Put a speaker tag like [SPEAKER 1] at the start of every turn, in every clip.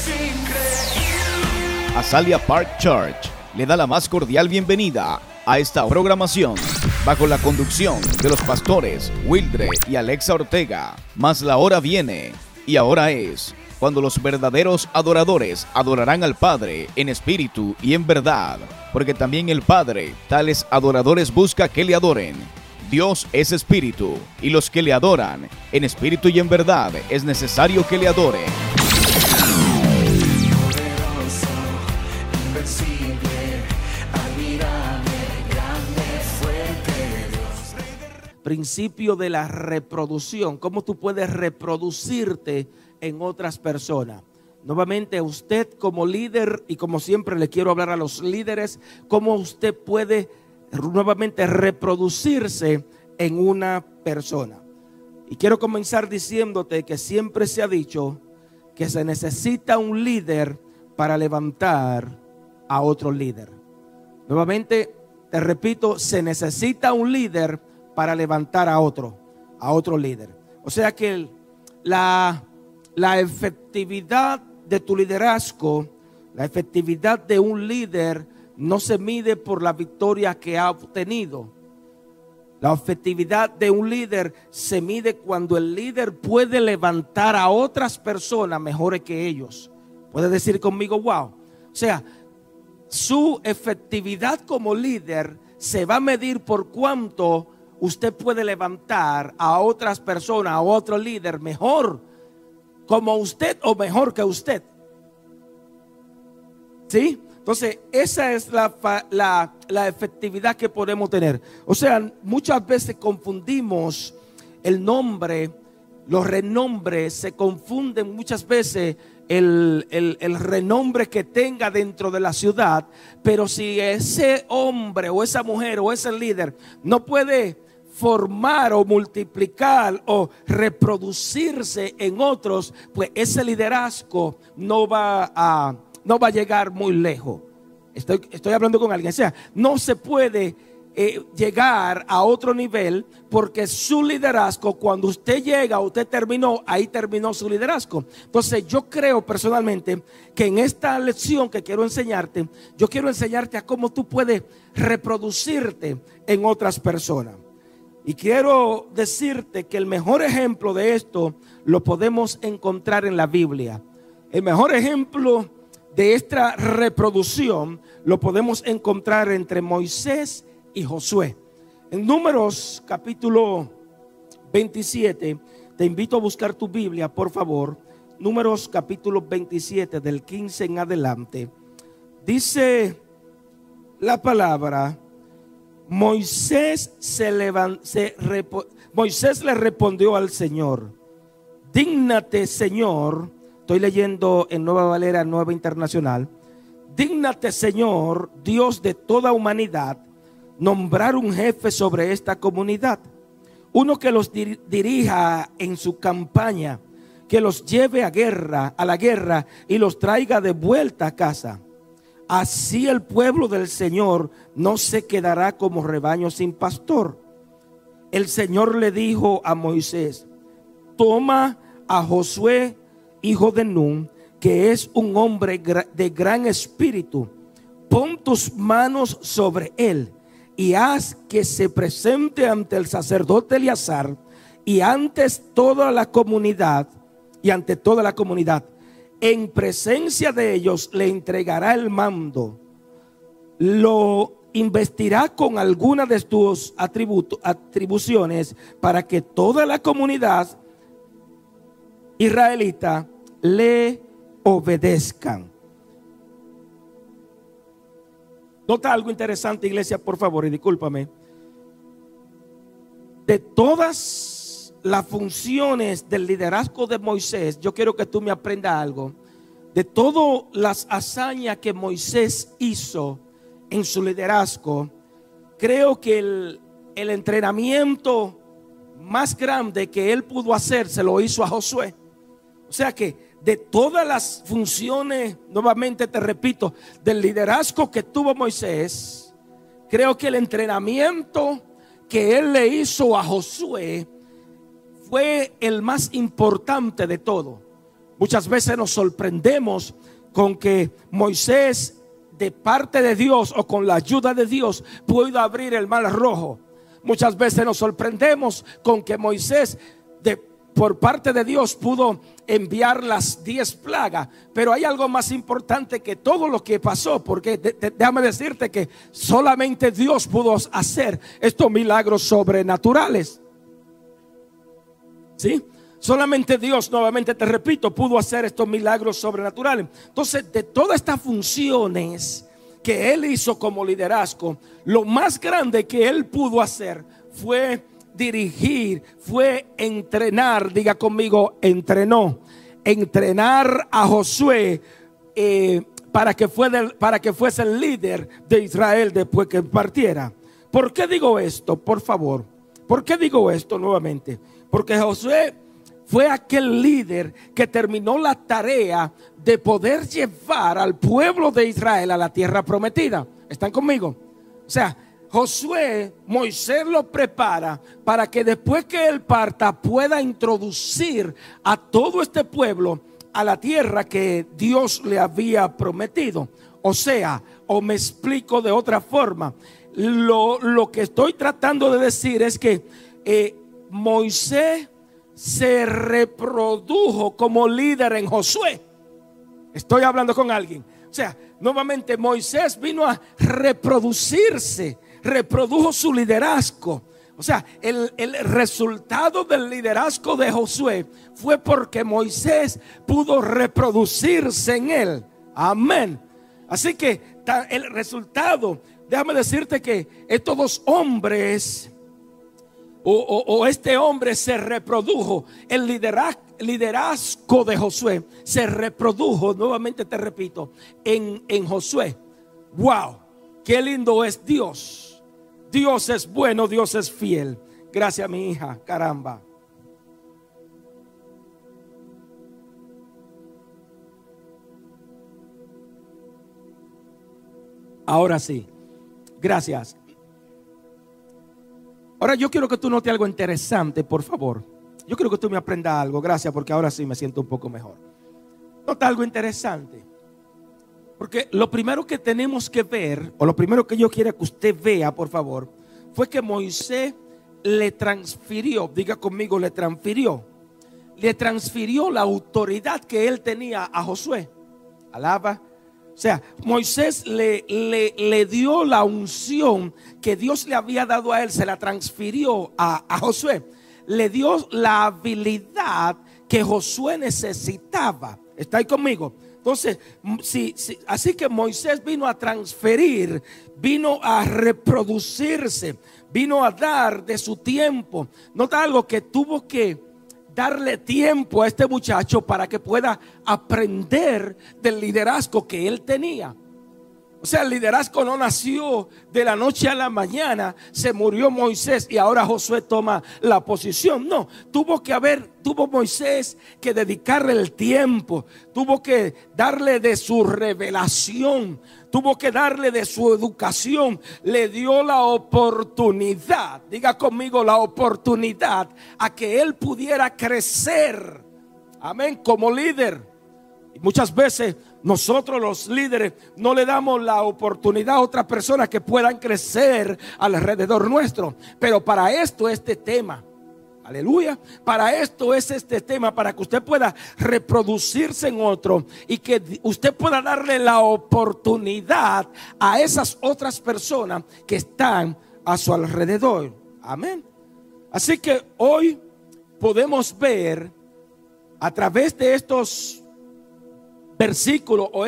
[SPEAKER 1] Azalea Park Church le da la más cordial bienvenida a esta programación, bajo la conducción de los pastores Wildre y Alexa Ortega. Mas la hora viene, y ahora es, cuando los verdaderos adoradores adorarán al Padre en espíritu y en verdad, porque también el Padre tales adoradores busca que le adoren. Dios es espíritu, y los que le adoran en espíritu y en verdad es necesario que le adoren.
[SPEAKER 2] Principio de la reproducción, cómo tú puedes reproducirte en otras personas. Nuevamente, usted como líder, y como siempre le quiero hablar a los líderes, cómo usted puede nuevamente reproducirse en una persona. Y quiero comenzar diciéndote que siempre se ha dicho que se necesita un líder para levantar a otro líder. Nuevamente, te repito, se necesita un líder para levantar a otro líder. O sea que la efectividad de tu liderazgo, la efectividad de un líder no se mide por la victoria que ha obtenido. La efectividad de un líder se mide cuando el líder puede levantar a otras personas mejores que ellos. ¿Puedes decir conmigo, wow? O sea, su efectividad como líder se va a medir por cuánto usted puede levantar a otras personas, a otro líder mejor como usted o mejor que usted. ¿Sí? Entonces, esa es la efectividad que podemos tener. O sea, muchas veces confundimos el nombre, los renombres, se confunden muchas veces el renombre que tenga dentro de la ciudad. Pero si ese hombre o esa mujer o ese líder no puede formar o multiplicar o reproducirse en otros, pues ese liderazgo no va a llegar muy lejos. Estoy hablando con alguien. O sea, no se puede llegar a otro nivel, porque su liderazgo, cuando usted llega, usted terminó, ahí terminó su liderazgo. Entonces yo creo personalmente que en esta lección que quiero enseñarte, yo quiero enseñarte a cómo tú puedes reproducirte en otras personas. Y quiero decirte que el mejor ejemplo de esto lo podemos encontrar en la Biblia. El mejor ejemplo de esta reproducción lo podemos encontrar entre Moisés y Josué. En Números capítulo 27, te invito a buscar tu Biblia, por favor. Números capítulo 27, del 15 en adelante. Dice la palabra: Moisés le respondió al Señor: dígnate, Señor. Estoy leyendo en Nueva Valera, Nueva Internacional. Dígnate, Señor, Dios de toda humanidad, nombrar un jefe sobre esta comunidad, uno que los dirija en su campaña, que los lleve a la guerra y los traiga de vuelta a casa. Así el pueblo del Señor no se quedará como rebaño sin pastor. El Señor le dijo a Moisés: toma a Josué, hijo de Nun, que es un hombre de gran espíritu. Pon tus manos sobre él y haz que se presente ante el sacerdote Eleazar y ante toda la comunidad. En presencia de ellos le entregará el mando. Lo investirá con alguna de tus atribuciones para que toda la comunidad israelita le obedezcan. Nota algo interesante, iglesia, por favor, y discúlpame. De todas las funciones del liderazgo de Moisés, yo quiero que tú me aprendas algo. De todas las hazañas que Moisés hizo en su liderazgo, creo que el entrenamiento más grande que él pudo hacer se lo hizo a Josué. O sea que de todas las funciones, nuevamente te repito, del liderazgo que tuvo Moisés, creo que el entrenamiento que él le hizo a Josué fue el más importante de todo. Muchas veces nos sorprendemos con que Moisés, de parte de Dios o con la ayuda de Dios, pudo abrir el mar rojo. Muchas veces nos sorprendemos con que Moisés, por parte de Dios, pudo enviar las 10 plagas. Pero hay algo más importante que todo lo que pasó, porque déjame decirte que solamente Dios pudo hacer estos milagros sobrenaturales. ¿Sí? Solamente Dios, nuevamente te repito, pudo hacer estos milagros sobrenaturales. Entonces, de todas estas funciones que él hizo como liderazgo, lo más grande que él pudo hacer fue dirigir, fue entrenar. Diga conmigo, entrenó. Entrenar a Josué para que fuese el líder de Israel después que partiera. ¿Por qué digo esto? Por favor, ¿por qué digo esto nuevamente? Porque Josué fue aquel líder que terminó la tarea de poder llevar al pueblo de Israel a la tierra prometida. ¿Están conmigo? O sea, Josué, Moisés lo prepara para que después que él parta pueda introducir a todo este pueblo a la tierra que Dios le había prometido. O sea, o me explico de otra forma, lo que estoy tratando de decir es que Moisés se reprodujo como líder en Josué. Estoy hablando con alguien. O sea, nuevamente Moisés vino a reproducirse, reprodujo su liderazgo. O sea, el resultado del liderazgo de Josué fue porque Moisés pudo reproducirse en él. Amén. Así que el resultado, déjame decirte que estos dos hombres o este hombre se reprodujo. El liderazgo de Josué se reprodujo, nuevamente te repito, en Josué. Wow, qué lindo es Dios. Dios es bueno, Dios es fiel. Gracias, mi hija, caramba. Ahora sí, gracias. Ahora yo quiero que tú notes algo interesante, por favor. Yo quiero que tú me aprendas algo. Gracias, porque ahora sí me siento un poco mejor. Nota algo interesante. Porque lo primero que tenemos que ver, o lo primero que yo quiero que usted vea, por favor, fue que Moisés le transfirió, diga conmigo, le transfirió la autoridad que él tenía a Josué. Alaba. O sea, Moisés le dio la unción que Dios le había dado a él, se la transfirió a Josué. Le dio la habilidad que Josué necesitaba. ¿Está ahí conmigo? Entonces, así que Moisés vino a transferir, vino a reproducirse, vino a dar de su tiempo. Nota algo, que tuvo que darle tiempo a este muchacho para que pueda aprender del liderazgo que él tenía. O sea, el liderazgo no nació de la noche a la mañana. Se murió Moisés y ahora Josué toma la posición. No, tuvo Moisés que dedicarle el tiempo. Tuvo que darle de su revelación. Tuvo que darle de su educación. Le dio la oportunidad, diga conmigo, la oportunidad a que él pudiera crecer. Amén, como líder. Y muchas veces nosotros los líderes no le damos la oportunidad a otras personas que puedan crecer alrededor nuestro. Pero para esto este tema, aleluya, para esto es este tema, para que usted pueda reproducirse en otro y que usted pueda darle la oportunidad a esas otras personas que están a su alrededor. Amén. Así que hoy podemos ver a través de estos versículos o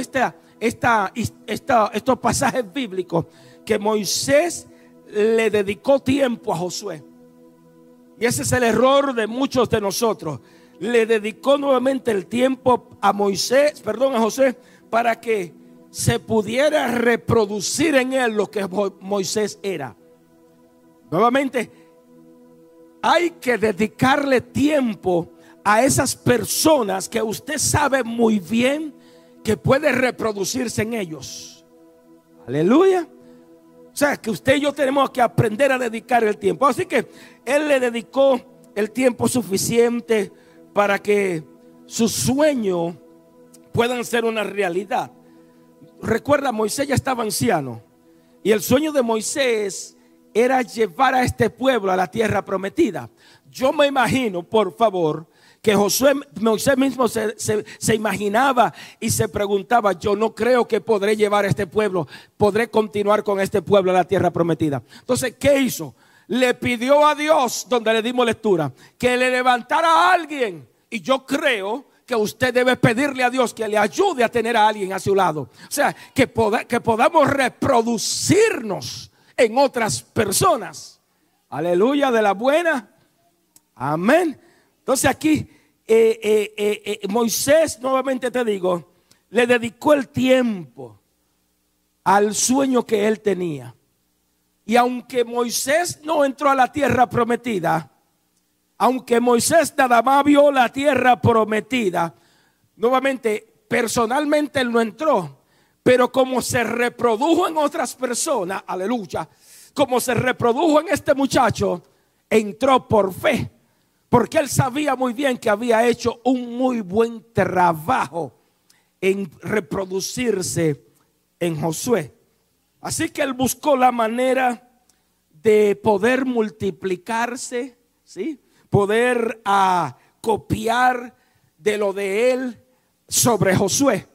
[SPEAKER 2] estos pasajes bíblicos que Moisés le dedicó tiempo a Josué. Y ese es el error de muchos de nosotros. Le dedicó nuevamente el tiempo a Josué, para que se pudiera reproducir en él lo que Moisés era. Nuevamente, hay que dedicarle tiempo a esas personas que usted sabe muy bien que puede reproducirse en ellos. Aleluya. O sea, que usted y yo tenemos que aprender a dedicar el tiempo. Así que él le dedicó el tiempo suficiente para que su sueño puedan ser una realidad. Recuerda, Moisés ya estaba anciano y el sueño de Moisés era llevar a este pueblo a la tierra prometida. Yo me imagino, por favor, que Moisés mismo se imaginaba y se preguntaba: yo no creo que podré llevar a este pueblo, podré continuar con este pueblo a la tierra prometida. Entonces, ¿qué hizo? Le pidió a Dios, donde le dimos lectura, que le levantara a alguien. Y yo creo que usted debe pedirle a Dios que le ayude a tener a alguien a su lado. O sea, que podamos reproducirnos en otras personas. Aleluya, de la buena. Amén. Entonces aquí Moisés, nuevamente te digo, le dedicó el tiempo al sueño que él tenía. Y aunque Moisés no entró a la tierra prometida, aunque Moisés nada más vio la tierra prometida, nuevamente, personalmente él no entró. Pero como se reprodujo en otras personas, aleluya, como se reprodujo en este muchacho, entró por fe. Porque él sabía muy bien que había hecho un muy buen trabajo en reproducirse en Josué. Así que él buscó la manera de poder multiplicarse, ¿sí? Poder copiar de lo de él sobre Josué.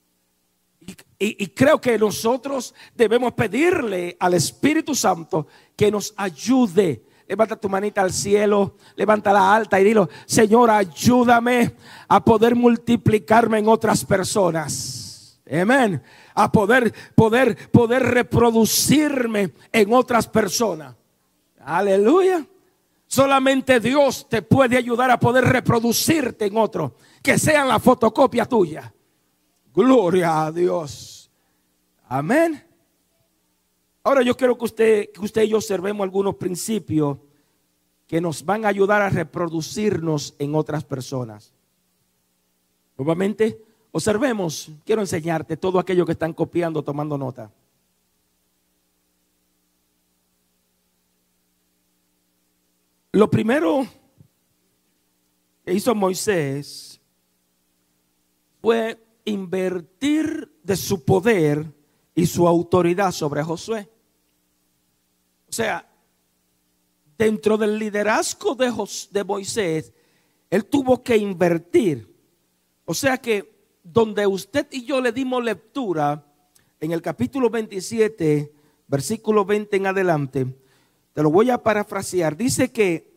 [SPEAKER 2] Y creo que nosotros debemos pedirle al Espíritu Santo que nos ayude. Levanta tu manita al cielo, levántala alta y dilo: Señor, ayúdame a poder multiplicarme en otras personas. Amén. A poder reproducirme en otras personas. Aleluya. Solamente Dios te puede ayudar a poder reproducirte en otro, que sean la fotocopia tuya. Gloria a Dios. Amén. Ahora yo quiero que usted y yo observemos algunos principios que nos van a ayudar a reproducirnos en otras personas. Nuevamente, observemos. Quiero enseñarte todo aquello que están copiando, tomando nota. Lo primero que hizo Moisés fue invertir de su poder y su autoridad sobre Josué. O sea, dentro del liderazgo de Moisés, él tuvo que invertir. O sea que donde usted y yo le dimos lectura, en el capítulo 27, versículo 20 en adelante, te lo voy a parafrasear. Dice que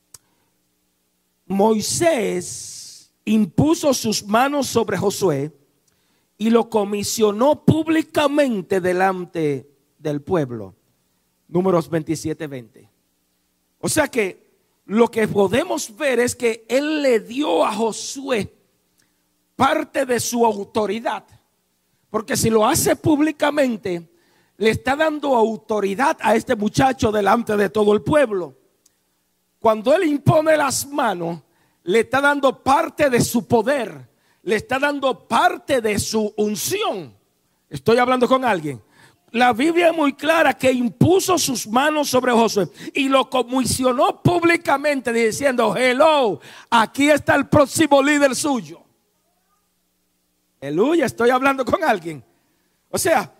[SPEAKER 2] Moisés impuso sus manos sobre Josué y lo comisionó públicamente delante del pueblo. Números 27:20. O sea que lo que podemos ver es que él le dio a Josué parte de su autoridad. Porque si lo hace públicamente, le está dando autoridad a este muchacho delante de todo el pueblo. Cuando él impone las manos, le está dando parte de su poder, le está dando parte de su unción. Estoy hablando con alguien. La Biblia es muy clara que impuso sus manos sobre Josué y lo comisionó públicamente diciendo: hello, aquí está el próximo líder suyo. Aleluya, estoy hablando con alguien. O sea,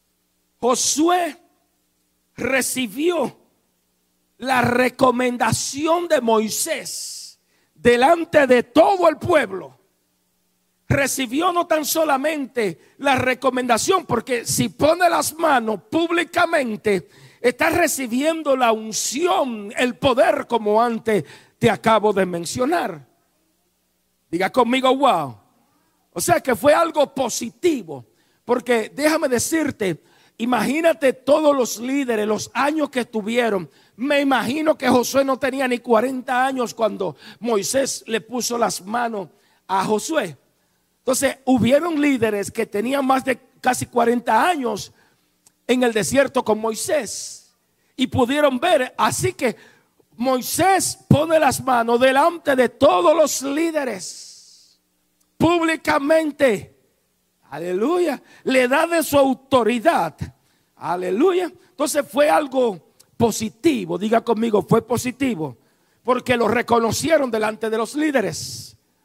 [SPEAKER 2] Josué recibió la recomendación de Moisés delante de todo el pueblo. Recibió no tan solamente la recomendación, porque si pone las manos públicamente, está recibiendo la unción, el poder, como antes te acabo de mencionar. Diga conmigo, wow. O sea que fue algo positivo, porque déjame decirte, imagínate todos los líderes, los años que tuvieron. Me imagino que Josué no tenía ni 40 años cuando Moisés le puso las manos a Josué. Entonces hubieron líderes que tenían más de casi 40 años en el desierto con Moisés y pudieron ver. Así que Moisés pone las manos delante de todos los líderes públicamente. Aleluya. Le da de su autoridad. Aleluya. Entonces fue algo positivo. Diga conmigo, fue positivo. Porque lo reconocieron delante de los líderes.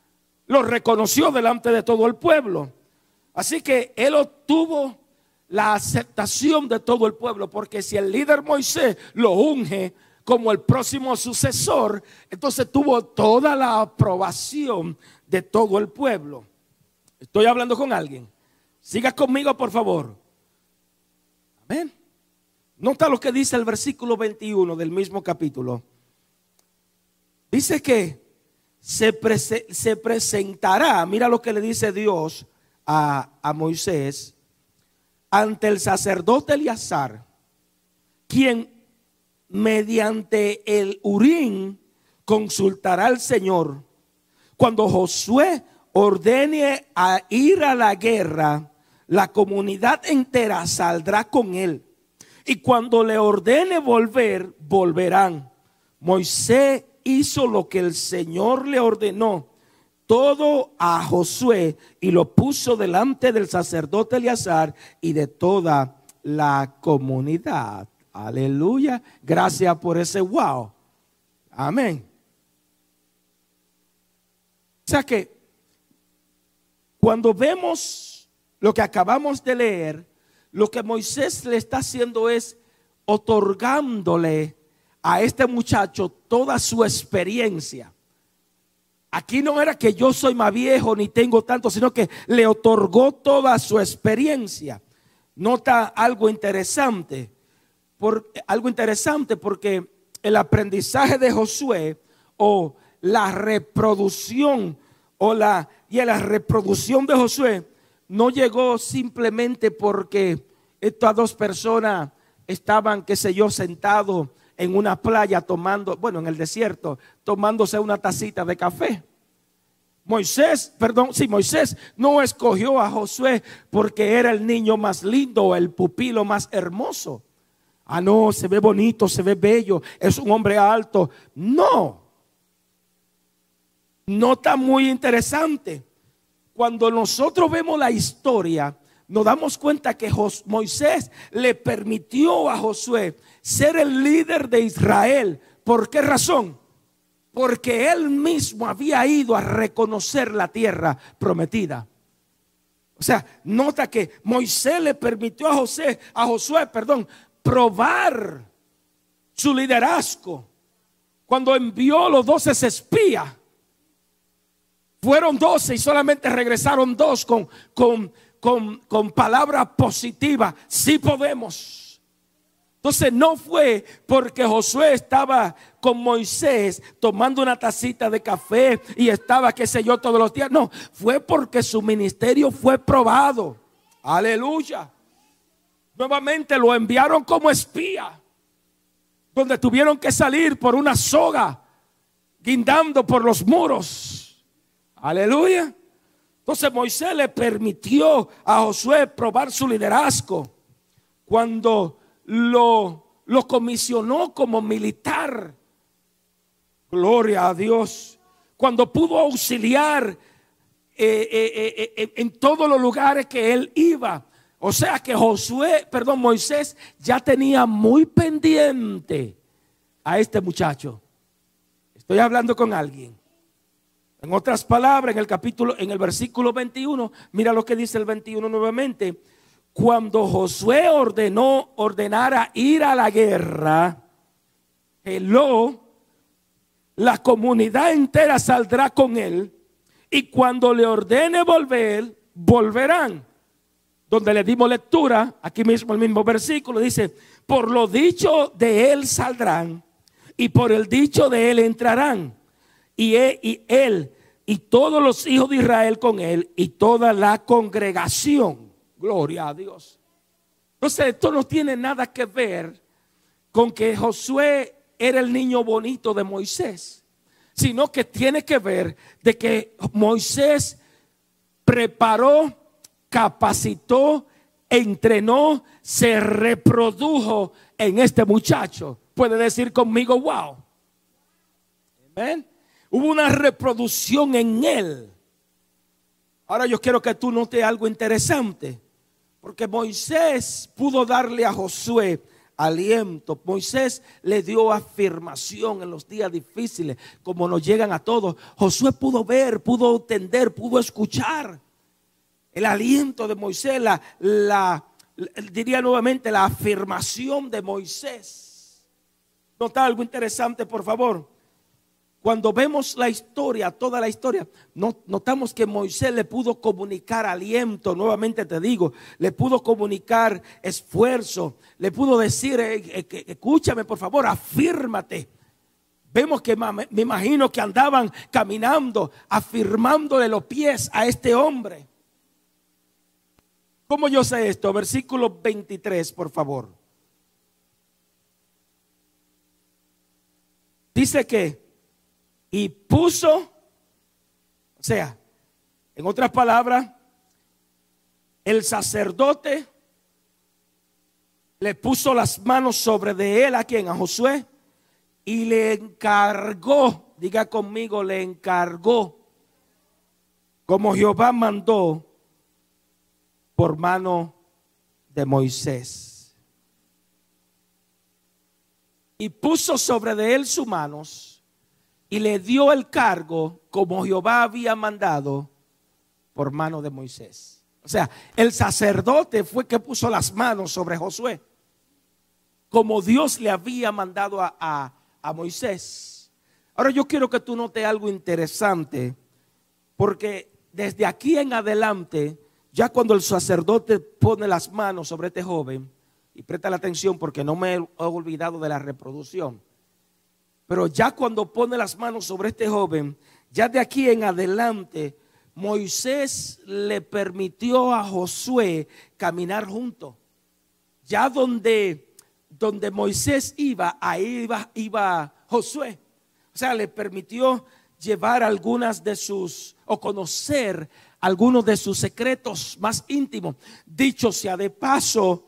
[SPEAKER 2] lo reconoció delante de todo el pueblo. Así que él obtuvo la aceptación de todo el pueblo, porque si el líder Moisés lo unge como el próximo sucesor, entonces tuvo toda la aprobación de todo el pueblo. Estoy hablando con alguien. Siga conmigo, por favor. Amén. Nota lo que dice el versículo 21 del mismo capítulo. Dice que se presentará, mira lo que le dice Dios a Moisés, ante el sacerdote Eleazar, quien mediante el Urim consultará al Señor. Cuando Josué ordene a ir a la guerra, la comunidad entera saldrá con él. Y cuando le ordene volver, volverán. Moisés hizo lo que el Señor le ordenó todo a Josué y lo puso delante del sacerdote Eleazar y de toda la comunidad. Aleluya. Gracias por ese wow. Amén. O sea que cuando vemos lo que acabamos de leer, lo que Moisés le está haciendo es otorgándole a este muchacho toda su experiencia. Aquí no era que yo soy más viejo ni tengo tanto, sino que le otorgó toda su experiencia. Nota algo interesante, porque el aprendizaje de Josué o la reproducción y la reproducción de Josué no llegó simplemente porque estas dos personas estaban, qué sé yo, sentados en una playa en el desierto, tomándose una tacita de café. Moisés no escogió a Josué porque era el niño más lindo o el pupilo más hermoso. Ah, no, se ve bonito, se ve bello, es un hombre alto. No. Nota muy interesante. Cuando nosotros vemos la historia, nos damos cuenta que Moisés le permitió a Josué ser el líder de Israel. ¿Por qué razón? Porque él mismo había ido a reconocer la tierra prometida. O sea, nota que Moisés le permitió a Josué, probar su liderazgo. Cuando envió los 12 espías, fueron 12 y solamente regresaron 2 con palabra positiva. Sí podemos. Entonces no fue porque Josué estaba con Moisés tomando una tacita de café y estaba, qué sé yo, todos los días. No, fue porque su ministerio fue probado. Aleluya. Nuevamente lo enviaron como espía, donde tuvieron que salir por una soga, guindando por los muros. Aleluya. Entonces Moisés le permitió a Josué probar su liderazgo cuando lo comisionó como militar. Gloria a Dios. Cuando pudo auxiliar en todos los lugares que él iba. O sea que Moisés ya tenía muy pendiente a este muchacho. Estoy hablando con alguien. En otras palabras, en el versículo 21, mira lo que dice el 21 nuevamente. Cuando Josué ordenara ir a la guerra, la comunidad entera saldrá con él, y cuando le ordene volver, volverán. Donde le dimos lectura, aquí mismo el mismo versículo dice: por lo dicho de él saldrán, y por el dicho de él entrarán, y él y todos los hijos de Israel con él, y toda la congregación. Gloria a Dios. Entonces esto no tiene nada que ver con que Josué era el niño bonito de Moisés, sino que tiene que ver de que Moisés preparó, capacitó, entrenó, se reprodujo en este muchacho. Puede decir conmigo, wow. Amén. Hubo una reproducción en él. Ahora yo quiero que tú notes algo interesante, porque Moisés pudo darle a Josué aliento. Moisés le dio afirmación en los días difíciles, como nos llegan a todos. Josué pudo ver, pudo entender, pudo escuchar el aliento de Moisés, diría nuevamente, la afirmación de Moisés. Nota algo interesante, por favor. Cuando vemos la historia, toda la historia, notamos que Moisés le pudo comunicar aliento. Nuevamente te digo, le pudo comunicar esfuerzo, le pudo decir, escúchame por favor, afírmate. Vemos que me imagino que andaban caminando, afirmándole los pies a este hombre. ¿Cómo yo sé esto? Versículo 23, por favor. Dice que y puso, o sea, en otras palabras, el sacerdote le puso las manos sobre de él, ¿a quién? A Josué, y le encargó, diga conmigo, le encargó, como Jehová mandó, por mano de Moisés. Y puso sobre de él sus manos, y le dio el cargo como Jehová había mandado por mano de Moisés. O sea, el sacerdote fue que puso las manos sobre Josué, como Dios le había mandado a Moisés. Ahora yo quiero que tú notes algo interesante, porque desde aquí en adelante, ya cuando el sacerdote pone las manos sobre este joven, y presta la atención porque no me he olvidado de la reproducción. Pero ya cuando pone las manos sobre este joven, ya de aquí en adelante, Moisés le permitió a Josué caminar junto. Ya donde Moisés iba, ahí iba Josué. O sea, le permitió llevar algunas de sus, o conocer algunos de sus secretos más íntimos. Dicho sea de paso,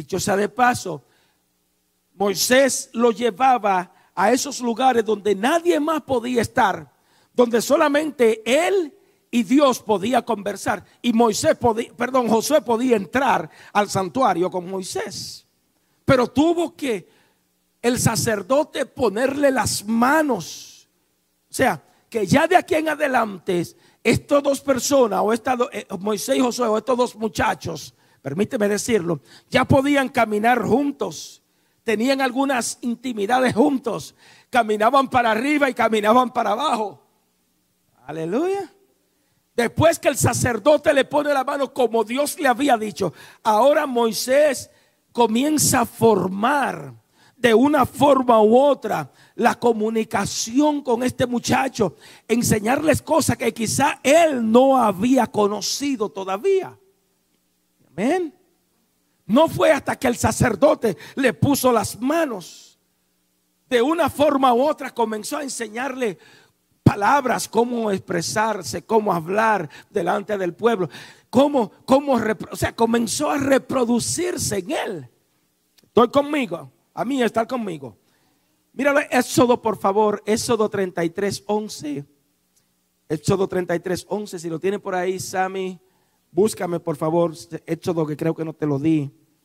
[SPEAKER 2] Moisés lo llevaba a esos lugares donde nadie más podía estar, donde solamente él y Dios podía conversar, y Josué podía entrar al santuario con Moisés. Pero tuvo que el sacerdote ponerle las manos. O sea, que ya de aquí en adelante estas dos personas, Moisés y Josué, o estos dos muchachos, permíteme decirlo, ya podían caminar juntos. Tenían algunas intimidades juntos. Caminaban para arriba y caminaban para abajo. Aleluya. Después que el sacerdote le pone la mano como Dios le había dicho, ahora Moisés comienza a formar de una forma u otra la comunicación con este muchacho, enseñarles cosas que quizá él no había conocido todavía. Amén. No fue hasta que el sacerdote le puso las manos. De una forma u otra comenzó a enseñarle palabras, cómo expresarse, cómo hablar delante del pueblo, comenzó a reproducirse en él. Estoy conmigo, a mí estar conmigo. Míralo, Éxodo, por favor, Éxodo 33:11. Éxodo 33:11, si lo tiene por ahí, Sammy, búscame por favor, Éxodo, que creo que no te lo di.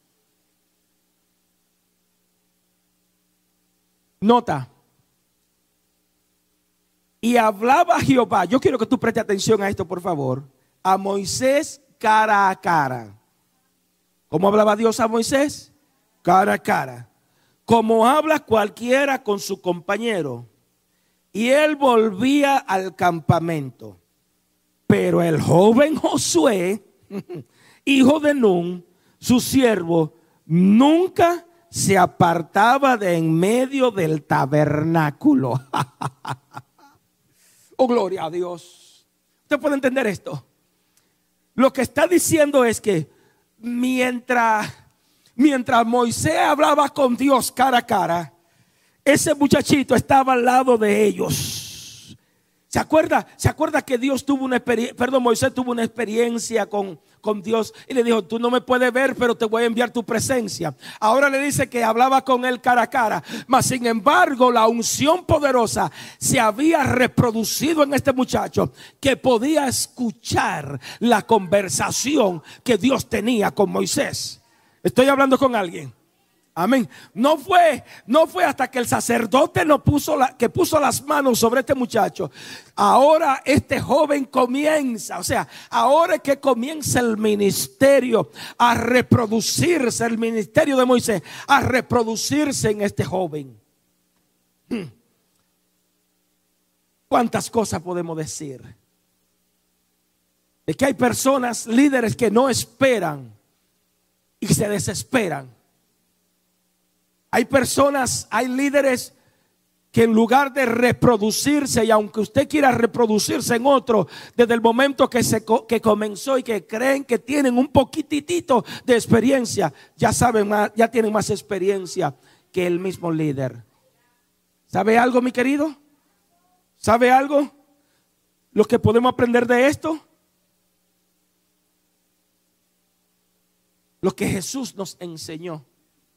[SPEAKER 2] Nota. Y hablaba Jehová, yo quiero que tú prestes atención a esto por favor, a Moisés cara a cara. ¿Cómo hablaba Dios a Moisés? Cara a cara. Como habla cualquiera con su compañero. Y él volvía al campamento. Pero el joven Josué, hijo de Nun, su siervo, nunca se apartaba de en medio del tabernáculo. Oh, gloria a Dios. ¿Usted puede entender esto? Lo que está diciendo es que mientras Moisés hablaba con Dios cara a cara, ese muchachito estaba al lado de ellos. ¿Se acuerda que Dios tuvo Moisés tuvo una experiencia con Dios y le dijo, tú no me puedes ver, pero te voy a enviar tu presencia? Ahora le dice que hablaba con él cara a cara, mas sin embargo la unción poderosa se había reproducido en este muchacho, que podía escuchar la conversación que Dios tenía con Moisés. Estoy hablando con alguien. Amén. No fue hasta que el sacerdote puso las manos sobre este muchacho. Ahora este joven comienza, o sea, ahora es que comienza el ministerio a reproducirse, el ministerio de Moisés, a reproducirse en este joven. ¿Cuántas cosas podemos decir? De que hay personas, líderes que no esperan y se desesperan. Hay personas, hay líderes que en lugar de reproducirse, y aunque usted quiera reproducirse en otro, desde el momento que comenzó y que creen que tienen un poquitito de experiencia, ya saben más, ya tienen más experiencia que el mismo líder. ¿Sabe algo, mi querido? ¿Sabe algo? Lo que podemos aprender de esto, lo que Jesús nos enseñó.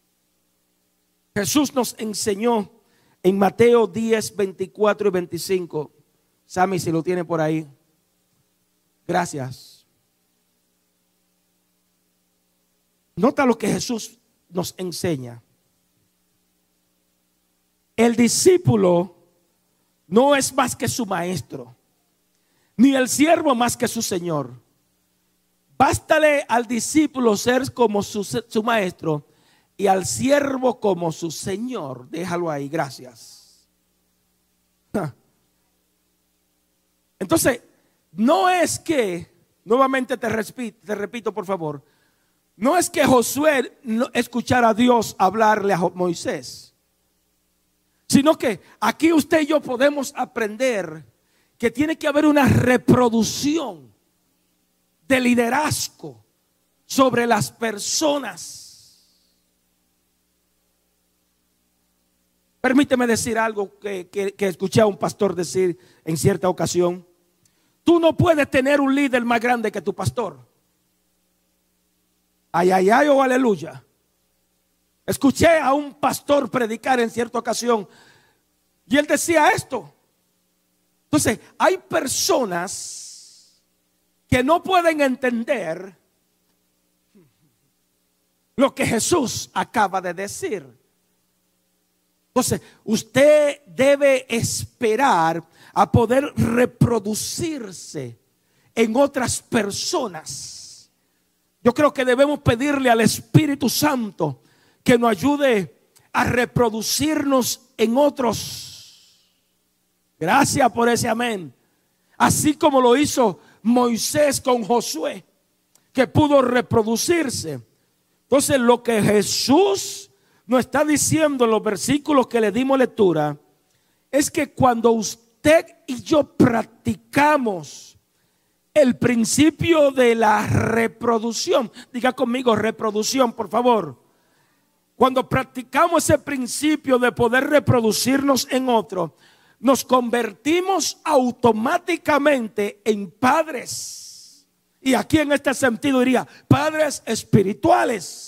[SPEAKER 2] Jesús nos enseñó en Mateo 10, 24 y 25. Sammy, si lo tiene por ahí. Gracias. Nota lo que Jesús nos enseña. El discípulo no es más que su maestro, ni el siervo más que su señor. Bástale al discípulo ser como su maestro y al siervo como su señor. Déjalo ahí, gracias. Entonces, no es que, nuevamente te repito por favor, no es que Josué escuchara a Dios hablarle a Moisés, sino que aquí usted y yo podemos aprender que tiene que haber una reproducción de liderazgo sobre las personas. Permíteme decir algo que escuché a un pastor decir en cierta ocasión. Tú no puedes tener un líder más grande que tu pastor. Ay, ay, ay, o aleluya. Escuché a un pastor predicar en cierta ocasión y él decía esto. Entonces, hay personas que no pueden entender lo que Jesús acaba de decir. Entonces, usted debe esperar a poder reproducirse en otras personas. Yo creo que debemos pedirle al Espíritu Santo que nos ayude a reproducirnos en otros. Gracias por ese amén. Así como lo hizo Moisés con Josué, que pudo reproducirse. Entonces, lo que Jesús nos está diciendo en los versículos que le dimos lectura es que cuando usted y yo practicamos el principio de la reproducción, diga conmigo reproducción, por favor. Cuando practicamos ese principio de poder reproducirnos en otro, nos convertimos automáticamente en padres. Y aquí en este sentido diría padres espirituales.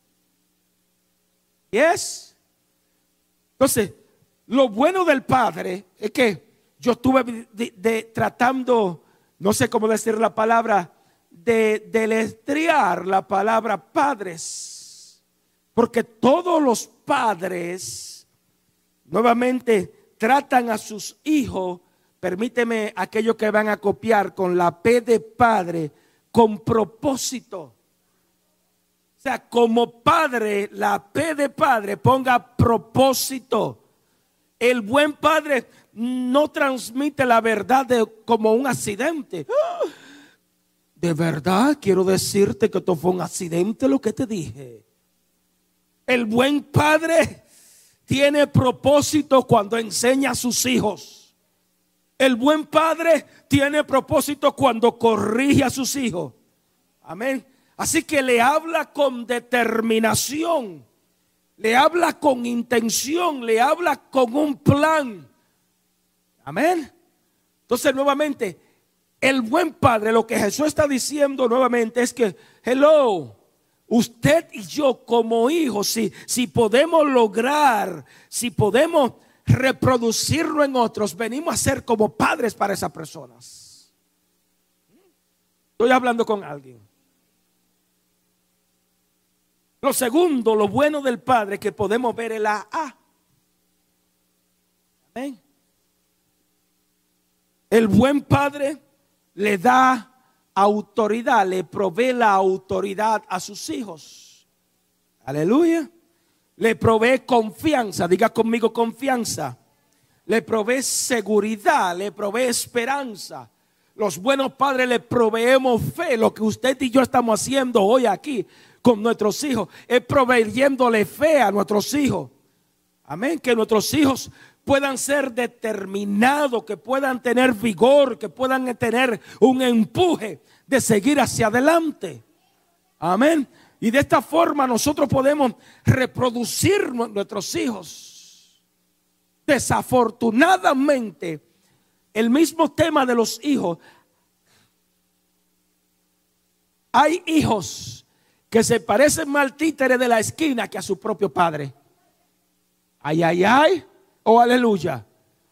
[SPEAKER 2] Yes. Entonces, lo bueno del padre es que yo estuve tratando, no sé cómo decir la palabra, de deletrear la palabra padres, porque todos los padres nuevamente tratan a sus hijos, permíteme aquellos que van a copiar con la P de padre, con propósito. O sea, como padre, la P de padre, ponga propósito. El buen padre no transmite la verdad como un accidente. De verdad, quiero decirte que esto fue un accidente lo que te dije. El buen padre tiene propósito cuando enseña a sus hijos. El buen padre tiene propósito cuando corrige a sus hijos. Amén. Así que le habla con determinación, le habla con intención, le habla con un plan. Amén. Entonces nuevamente, el buen padre, lo que Jesús está diciendo nuevamente es que, hello, usted y yo como hijos, si podemos lograr, si podemos reproducirlo en otros, venimos a ser como padres para esas personas. Estoy hablando con alguien. Lo segundo, lo bueno del Padre que podemos ver en la A. Amén. El buen Padre le da autoridad, le provee la autoridad a sus hijos. Aleluya. Le provee confianza, diga conmigo confianza. Le provee seguridad, le provee esperanza. Los buenos padres le proveemos fe. Lo que usted y yo estamos haciendo hoy aquí con nuestros hijos es proveyéndole fe a nuestros hijos. Amén. Que nuestros hijos puedan ser determinados, que puedan tener vigor, que puedan tener un empuje de seguir hacia adelante. Amén. Y de esta forma nosotros podemos reproducir nuestros hijos. Desafortunadamente, el mismo tema de los hijos. Hay hijos que se parecen más al títere de la esquina que a su propio padre. Ay, ay, ay. Oh, aleluya.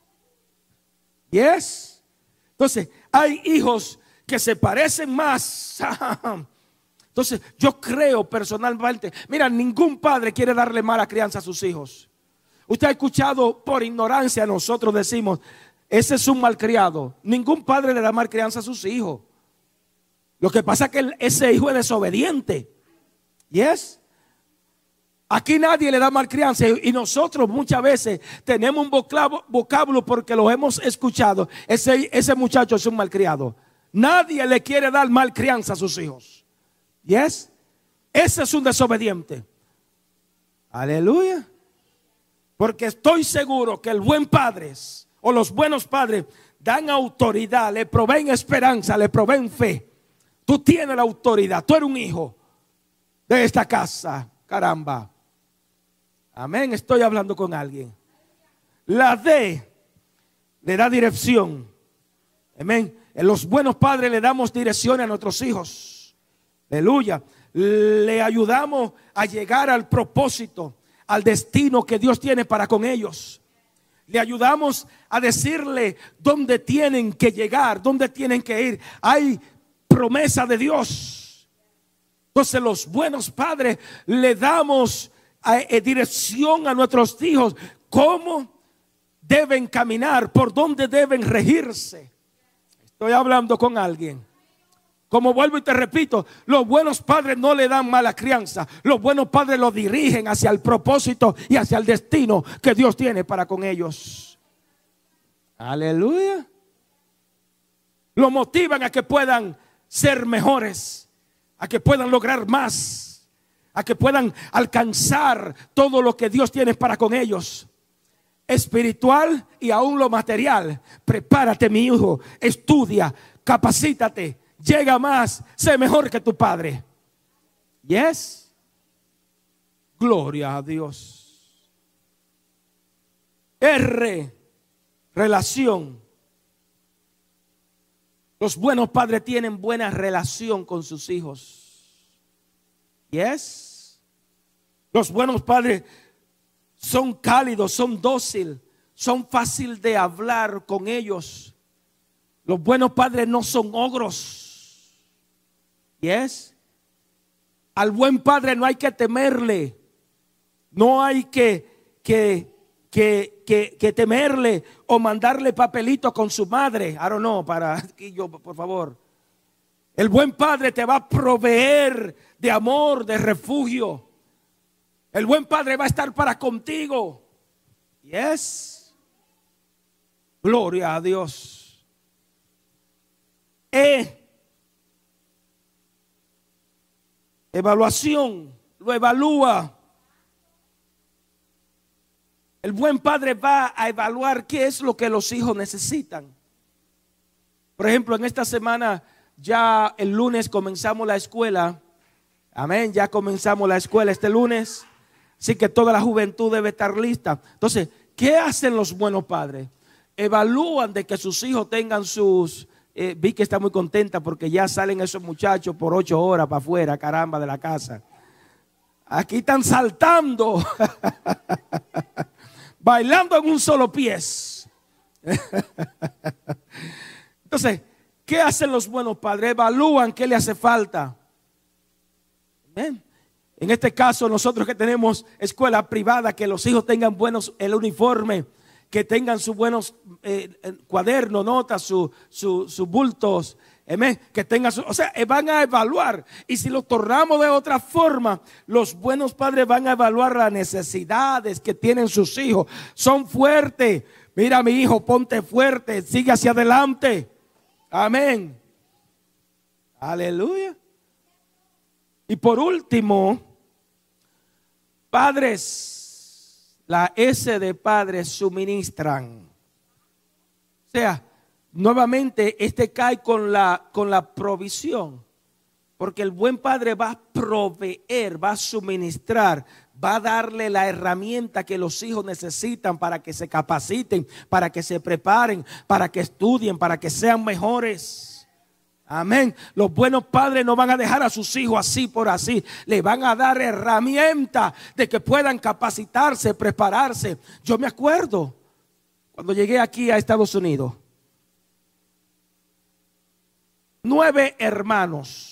[SPEAKER 2] Yes. Entonces, hay hijos que se parecen más. Entonces, yo creo personalmente, mira, ningún padre quiere darle mala crianza a sus hijos. Usted ha escuchado, por ignorancia nosotros decimos, ese es un malcriado. Ningún padre le da mal crianza a sus hijos. Lo que pasa es que ese hijo es desobediente. Yes. Aquí nadie le da mal crianza y nosotros muchas veces tenemos un vocablo porque lo hemos escuchado. Ese muchacho es un malcriado. Nadie le quiere dar mal crianza a sus hijos. Yes. Ese es un desobediente. Aleluya. Porque estoy seguro que el buen padre o los buenos padres dan autoridad, le proveen esperanza, le proveen fe. Tú tienes la autoridad, tú eres un hijo de esta casa, caramba. Amén, estoy hablando con alguien. La D le da dirección. Amén. En los buenos padres le damos dirección a nuestros hijos. Aleluya. Le ayudamos a llegar al propósito, al destino que Dios tiene para con ellos. Le ayudamos a decirle dónde tienen que llegar, dónde tienen que ir. Hay promesa de Dios. Entonces los buenos padres le damos dirección a nuestros hijos. Cómo deben caminar, por dónde deben regirse. Estoy hablando con alguien. Como vuelvo y te repito, los buenos padres no le dan mala crianza. Los buenos padres los dirigen hacia el propósito y hacia el destino que Dios tiene para con ellos. Aleluya. Los motivan a que puedan ser mejores, a que puedan lograr más, a que puedan alcanzar todo lo que Dios tiene para con ellos. Espiritual y aún lo material. Prepárate, mi hijo, estudia, capacítate. Llega más, sé mejor que tu padre. Yes. Gloria a Dios. R, relación. Los buenos padres tienen buena relación con sus hijos. Yes. Los buenos padres son cálidos, son dóciles, son fáciles de hablar con ellos. Los buenos padres no son ogros. Yes. Al buen padre no hay que temerle. No hay que temerle o mandarle papelito con su madre. I don't know, para aquí yo, por favor. El buen padre te va a proveer de amor, de refugio. El buen padre va a estar para contigo. Yes. Gloria a Dios. Evaluación, lo evalúa. El buen padre va a evaluar qué es lo que los hijos necesitan. Por ejemplo, en esta semana, ya el lunes comenzamos la escuela. Amén, ya comenzamos la escuela este lunes. Así que toda la juventud debe estar lista. Entonces, ¿qué hacen los buenos padres? Evalúan de que sus hijos tengan sus... vi que está muy contenta porque ya salen esos muchachos por 8 horas para afuera, caramba, de la casa. Aquí están saltando, bailando en un solo pie. Entonces, ¿qué hacen los buenos padres? Evalúan qué le hace falta. ¿Ven? En este caso, nosotros que tenemos escuela privada, que los hijos tengan buenos el uniforme, que tengan sus buenos cuadernos, notas, sus bultos, que tengan o sea, van a evaluar. Y si lo tornamos de otra forma, los buenos padres van a evaluar las necesidades que tienen sus hijos. Son fuertes. Mira, mi hijo, ponte fuerte, sigue hacia adelante. Amén. Aleluya. Y por último, padres, la S de padres suministran. O sea, nuevamente cae con la provisión. Porque el buen padre va a proveer, va a suministrar, va a darle la herramienta que los hijos necesitan para que se capaciten, para que se preparen, para que estudien, para que sean mejores. Amén. Los buenos padres no van a dejar a sus hijos así por así. Le van a dar herramientas de que puedan capacitarse, prepararse. Yo me acuerdo cuando llegué aquí a Estados Unidos. 9 hermanos.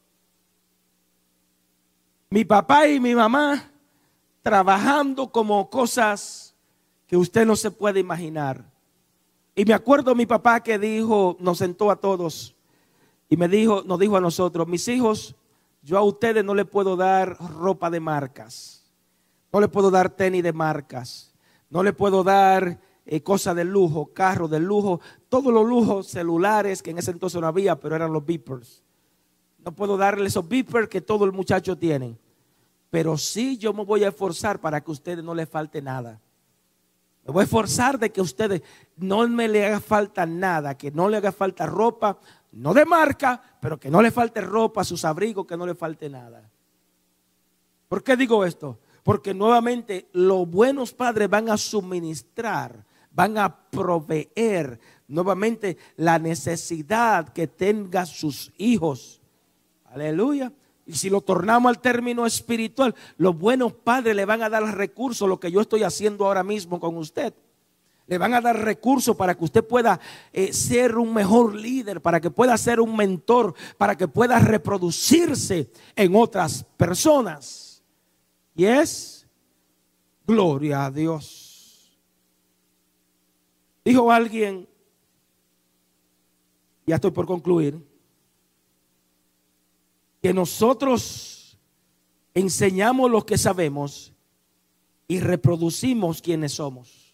[SPEAKER 2] Mi papá y mi mamá trabajando como cosas que usted no se puede imaginar. Y me acuerdo mi papá que dijo, nos sentó a todos y nos dijo a nosotros: mis hijos, yo a ustedes no les puedo dar ropa de marcas, no les puedo dar tenis de marcas, no les puedo dar cosas de lujo, carros de lujo, todos los lujos, celulares que en ese entonces no había, pero eran los beepers. No puedo darle esos beepers que todo el muchacho tiene. Pero sí, yo me voy a esforzar para que a ustedes no les falte nada. Me voy a esforzar de que a ustedes no me le haga falta nada, que no le haga falta ropa, no de marca, pero que no le falte ropa, sus abrigos, que no le falte nada. ¿Por qué digo esto? Porque nuevamente los buenos padres van a suministrar, van a proveer nuevamente la necesidad que tengan sus hijos. Aleluya. Y si lo tornamos al término espiritual, los buenos padres le van a dar recursos, lo que yo estoy haciendo ahora mismo con usted. Le van a dar recursos para que usted pueda ser un mejor líder, para que pueda ser un mentor, para que pueda reproducirse en otras personas. Y es gloria a Dios. Dijo alguien, ya estoy por concluir, que nosotros enseñamos lo que sabemos y reproducimos quienes somos.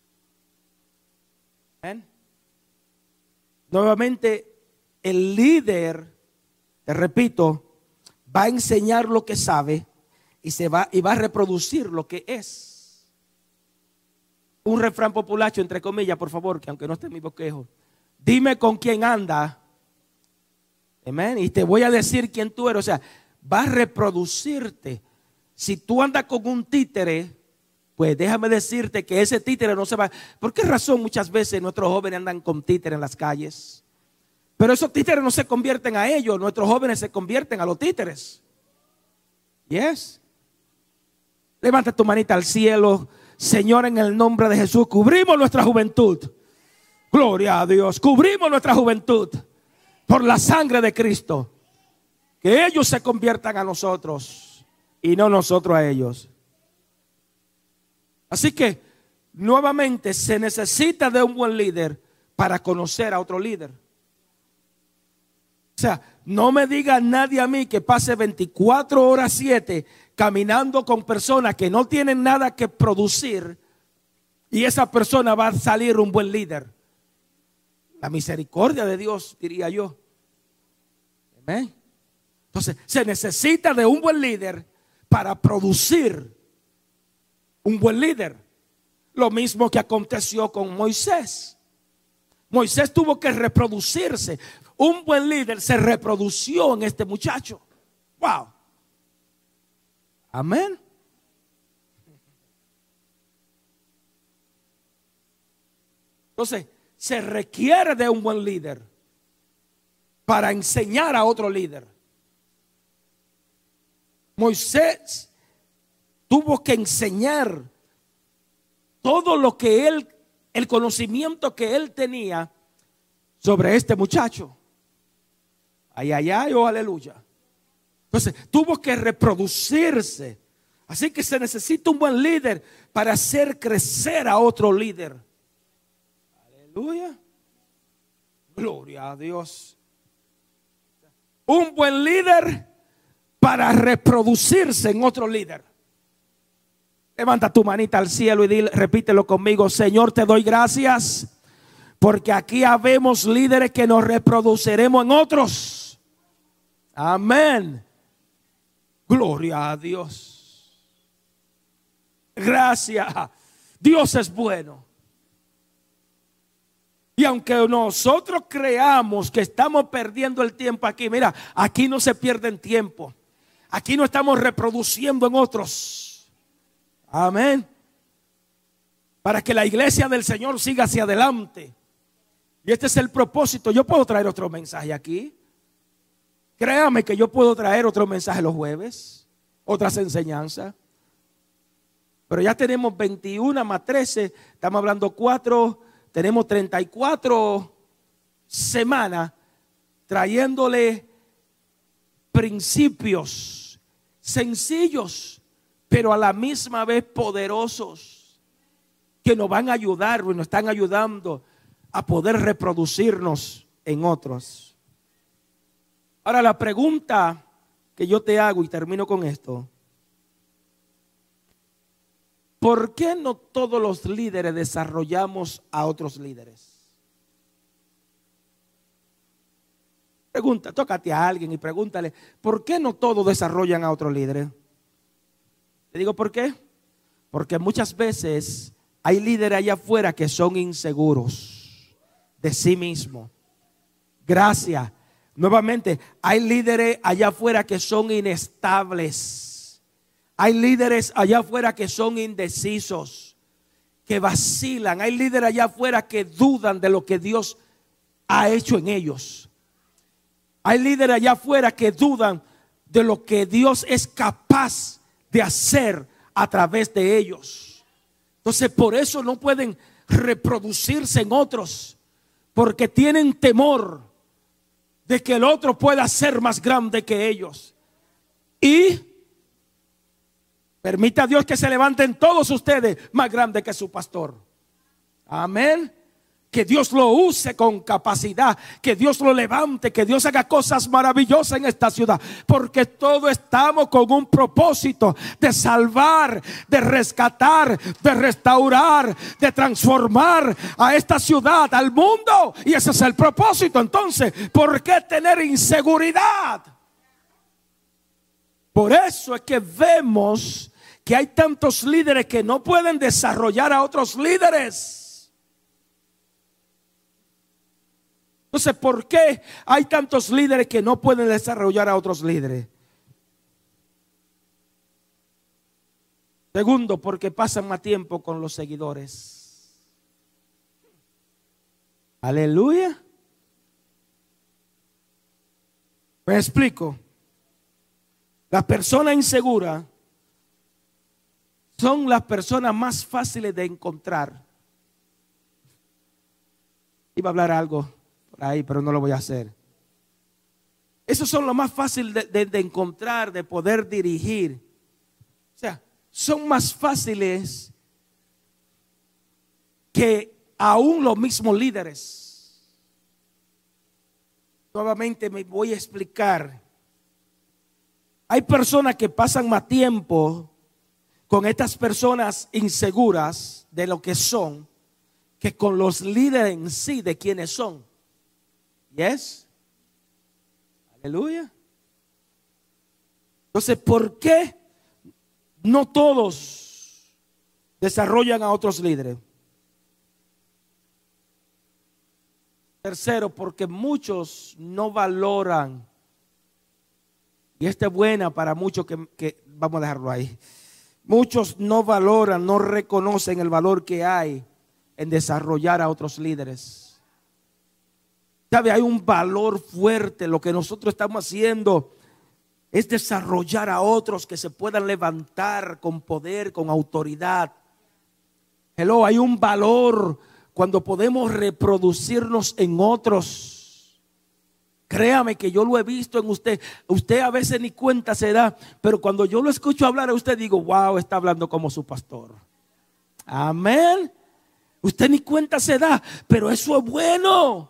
[SPEAKER 2] ¿Ven? Nuevamente, el líder, te repito, va a enseñar lo que sabe y va a reproducir lo que es. Un refrán populacho, entre comillas, por favor, que aunque no esté en mi bosquejo: dime con quién anda. Amén. Y te voy a decir quién tú eres. O sea, va a reproducirte. Si tú andas con un títere, pues déjame decirte que ese títere no se va. ¿Por qué razón muchas veces nuestros jóvenes andan con títeres en las calles? Pero esos títeres no se convierten a ellos. Nuestros jóvenes se convierten a los títeres. Yes. Levanta tu manita al cielo. Señor, en el nombre de Jesús, cubrimos nuestra juventud. Gloria a Dios. Cubrimos nuestra juventud por la sangre de Cristo. Que ellos se conviertan a nosotros y no nosotros a ellos. Así que nuevamente se necesita de un buen líder para conocer a otro líder. O sea, no me diga nadie a mí que pase 24 horas 7 caminando con personas que no tienen nada que producir y esa persona va a salir un buen líder. La misericordia de Dios, diría yo. Amén. Entonces, se necesita de un buen líder para producir un buen líder. Lo mismo que aconteció con Moisés. Moisés tuvo que reproducirse. Un buen líder se reprodució en este muchacho. Wow. Amén. Entonces, se requiere de un buen líder para enseñar a otro líder. Moisés tuvo que enseñar todo lo que él, el conocimiento que él tenía sobre este muchacho. Ay, ay, ay, oh, aleluya. Entonces tuvo que reproducirse. Así que se necesita un buen líder para hacer crecer a otro líder. Aleluya. Gloria a Dios. Un buen líder para reproducirse en otro líder. Levanta tu manita al cielo y dile, repítelo conmigo: Señor, te doy gracias porque aquí habemos líderes que nos reproduciremos en otros. Amén. Gloria a Dios. Gracias. Dios es bueno. Y aunque nosotros creamos que estamos perdiendo el tiempo aquí, mira, aquí no se pierde tiempo. Aquí no estamos reproduciendo en otros. Amén. Para que la iglesia del Señor siga hacia adelante. Y este es el propósito. Yo puedo traer otro mensaje aquí. Créame que yo puedo traer otro mensaje los jueves, otras enseñanzas. Pero ya tenemos 21 más 13, estamos hablando 4, tenemos 34 semanas trayéndole principios sencillos, pero a la misma vez poderosos, que nos van a ayudar, nos están ayudando a poder reproducirnos en otros. Ahora la pregunta que yo te hago y termino con esto: ¿por qué no todos los líderes desarrollamos a otros líderes? Pregunta, tócate a alguien y pregúntale: ¿por qué no todos desarrollan a otros líderes? Te digo por qué. Porque muchas veces hay líderes allá afuera que son inseguros de sí mismos. Gracias. Nuevamente, hay líderes allá afuera que son inestables. Hay líderes allá afuera que son indecisos, que vacilan. Hay líderes allá afuera que dudan de lo que Dios ha hecho en ellos. Hay líderes allá afuera que dudan de lo que Dios es capaz de hacer a través de ellos. Entonces, por eso no pueden reproducirse en otros, porque tienen temor de que el otro pueda ser más grande que ellos. Y permita a Dios que se levanten todos ustedes más grandes que su pastor. Amén. Que Dios lo use con capacidad, que Dios lo levante, que Dios haga cosas maravillosas en esta ciudad, porque todos estamos con un propósito de salvar, de rescatar, de restaurar, de transformar a esta ciudad, al mundo, y ese es el propósito. Entonces, ¿por qué tener inseguridad? Por eso es que vemos que hay tantos líderes que no pueden desarrollar a otros líderes. Entonces, ¿por qué hay tantos líderes que no pueden desarrollar a otros líderes? Segundo, porque pasan más tiempo con los seguidores. Aleluya. Me explico. Las personas inseguras son las personas más fáciles de encontrar. Iba a hablar algo por ahí, pero no lo voy a hacer. Esos son los más fáciles de encontrar, de poder dirigir. O sea, son más fáciles que aún los mismos líderes. Nuevamente me voy a explicar. Hay personas que pasan más tiempo con estas personas inseguras de lo que son, que con los líderes en sí de quienes son. Yes. Aleluya. Entonces, ¿por qué no todos desarrollan a otros líderes? Tercero, porque muchos no valoran. Y esta es buena para muchos que vamos a dejarlo ahí. Muchos no valoran, no reconocen el valor que hay en desarrollar a otros líderes. ¿Sabe? Hay un valor fuerte. Lo que nosotros estamos haciendo es desarrollar a otros que se puedan levantar con poder, con autoridad. Hello, hay un valor cuando podemos reproducirnos en otros. Créame que yo lo he visto en usted. Usted a veces ni cuenta se da, pero cuando yo lo escucho hablar a usted digo, wow, está hablando como su pastor. Amén. Usted ni cuenta se da, pero eso es bueno.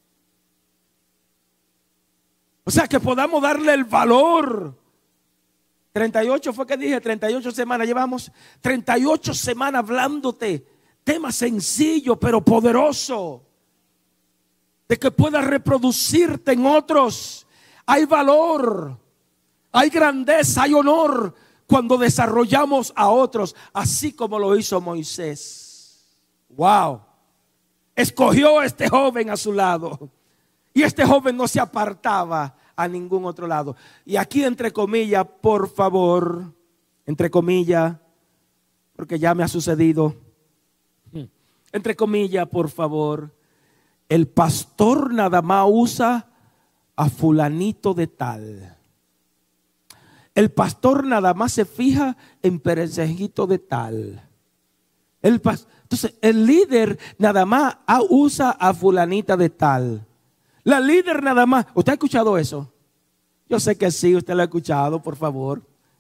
[SPEAKER 2] O sea, que podamos darle el valor. 38 fue que dije, 38 semanas llevamos. 38 semanas hablándote. Tema sencillo, pero poderoso. De que puedas reproducirte en otros. Hay valor, hay grandeza, hay honor cuando desarrollamos a otros, así como lo hizo Moisés. Wow. Escogió a este joven a su lado. Y este joven no se apartaba a ningún otro lado. Y aquí entre comillas, por favor, entre comillas, porque ya me ha sucedido. Entre comillas, por favor, el pastor nada más usa a fulanito de tal. El pastor nada más se fija en perecejito de tal. Entonces el líder nada más usa a fulanita de tal. La líder nada más. ¿Usted ha escuchado eso? Yo sé que sí, usted lo ha escuchado, por favor.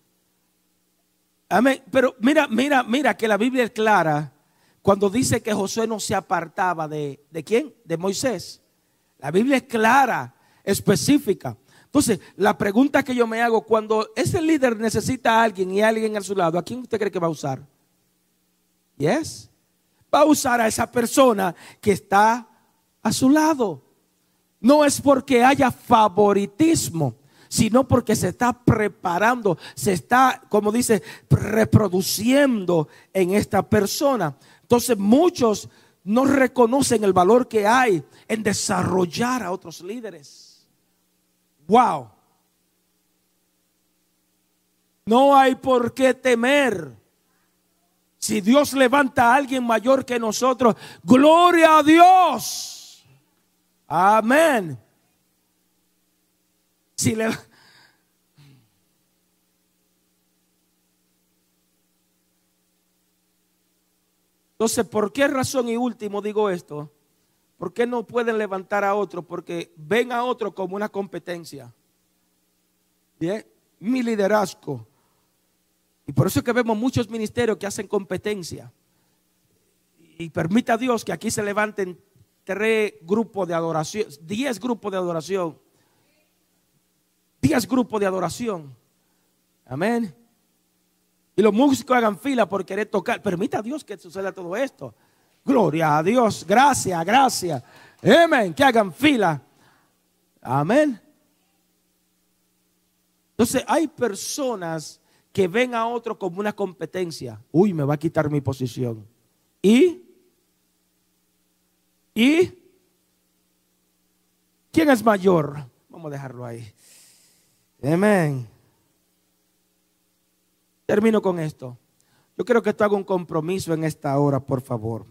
[SPEAKER 2] Amén. Pero mira que la Biblia es clara cuando dice que Josué no se apartaba ¿de quién? De Moisés. La Biblia es clara, específica. Entonces, la pregunta que yo me hago, cuando ese líder necesita a alguien y alguien a su lado, ¿a quién usted cree que va a usar? Yes. Va a usar a esa persona que está a su lado. No es porque haya favoritismo, sino porque se está preparando, se está, como dice, reproduciendo en esta persona. Entonces muchos no reconocen el valor que hay en desarrollar a otros líderes. Wow. No hay por qué temer. Si Dios levanta a alguien mayor que nosotros, gloria a Dios. Amén. Entonces, ¿por qué razón y último digo esto? ¿Por qué no pueden levantar a otro? Porque ven a otro como una competencia. Bien, mi liderazgo. Y por eso es que vemos muchos ministerios que hacen competencia. Y permita Dios que aquí se levanten 3 grupos de adoración, 10 grupos de adoración. 10 grupos de adoración. Amén. Y los músicos hagan fila por querer tocar. Permita a Dios que suceda todo esto. Gloria a Dios. Gracias, gracias. Amén. Que hagan fila. Amén. Entonces hay personas que ven a otro como una competencia. Uy, me va a quitar mi posición. ¿Y quién es mayor? Vamos a dejarlo ahí. Amén. Termino con esto. Yo quiero que tú hagas un compromiso en esta hora, por favor.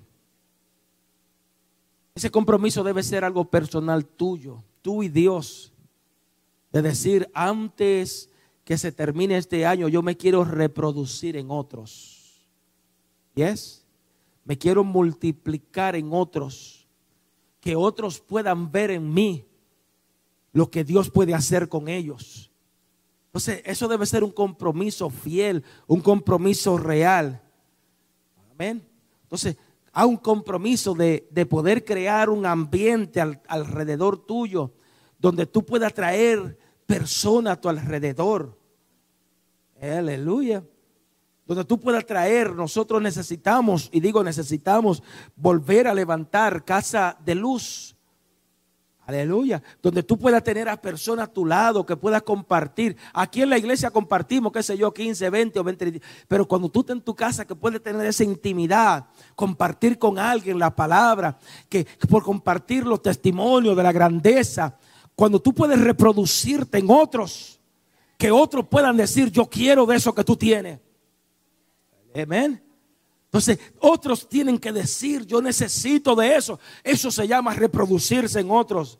[SPEAKER 2] Ese compromiso debe ser algo personal tuyo, tú y Dios. De decir, antes que se termine este año, yo me quiero reproducir en otros. ¿Yes? Me quiero multiplicar en otros. Que otros puedan ver en mí lo que Dios puede hacer con ellos. Entonces, eso debe ser un compromiso fiel, un compromiso real. Amén. Entonces, hay un compromiso de poder crear un ambiente alrededor tuyo, donde tú puedas traer personas a tu alrededor. Aleluya. Donde tú puedas traer, nosotros necesitamos, y digo necesitamos, volver a levantar casa de luz. Aleluya. Donde tú puedas tener a personas a tu lado que puedas compartir. Aquí en la iglesia compartimos, qué sé yo, 15, 20 o 20. Pero cuando tú estás en tu casa, que puedes tener esa intimidad, compartir con alguien la palabra, que por compartir los testimonios de la grandeza. Cuando tú puedes reproducirte en otros, que otros puedan decir, yo quiero de eso que tú tienes. Amén. Entonces otros tienen que decir, yo necesito de eso. Eso se llama reproducirse en otros.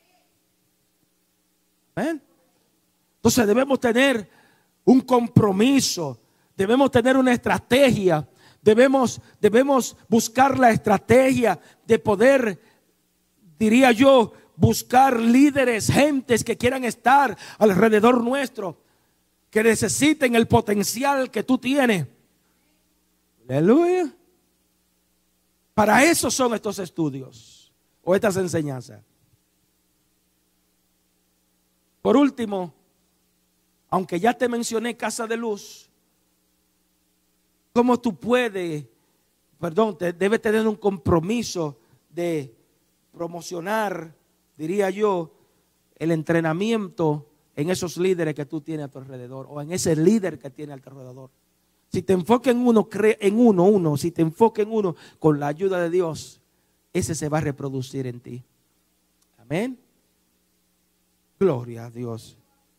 [SPEAKER 2] Amén. Entonces debemos tener un compromiso, debemos tener una estrategia, debemos buscar la estrategia de poder, diría yo, buscar líderes, gentes que quieran estar alrededor nuestro, que necesiten el potencial que tú tienes. Aleluya. Para eso son estos estudios o estas enseñanzas. Por último, aunque ya te mencioné Casa de Luz, ¿cómo tú puedes, debes tener un compromiso de promocionar, diría yo, el entrenamiento en esos líderes que tú tienes a tu alrededor o en ese líder que tiene a tu alrededor? Si te enfocas en uno, si te enfocas en uno con la ayuda de Dios, ese se va a reproducir en ti. Amén. Gloria a Dios.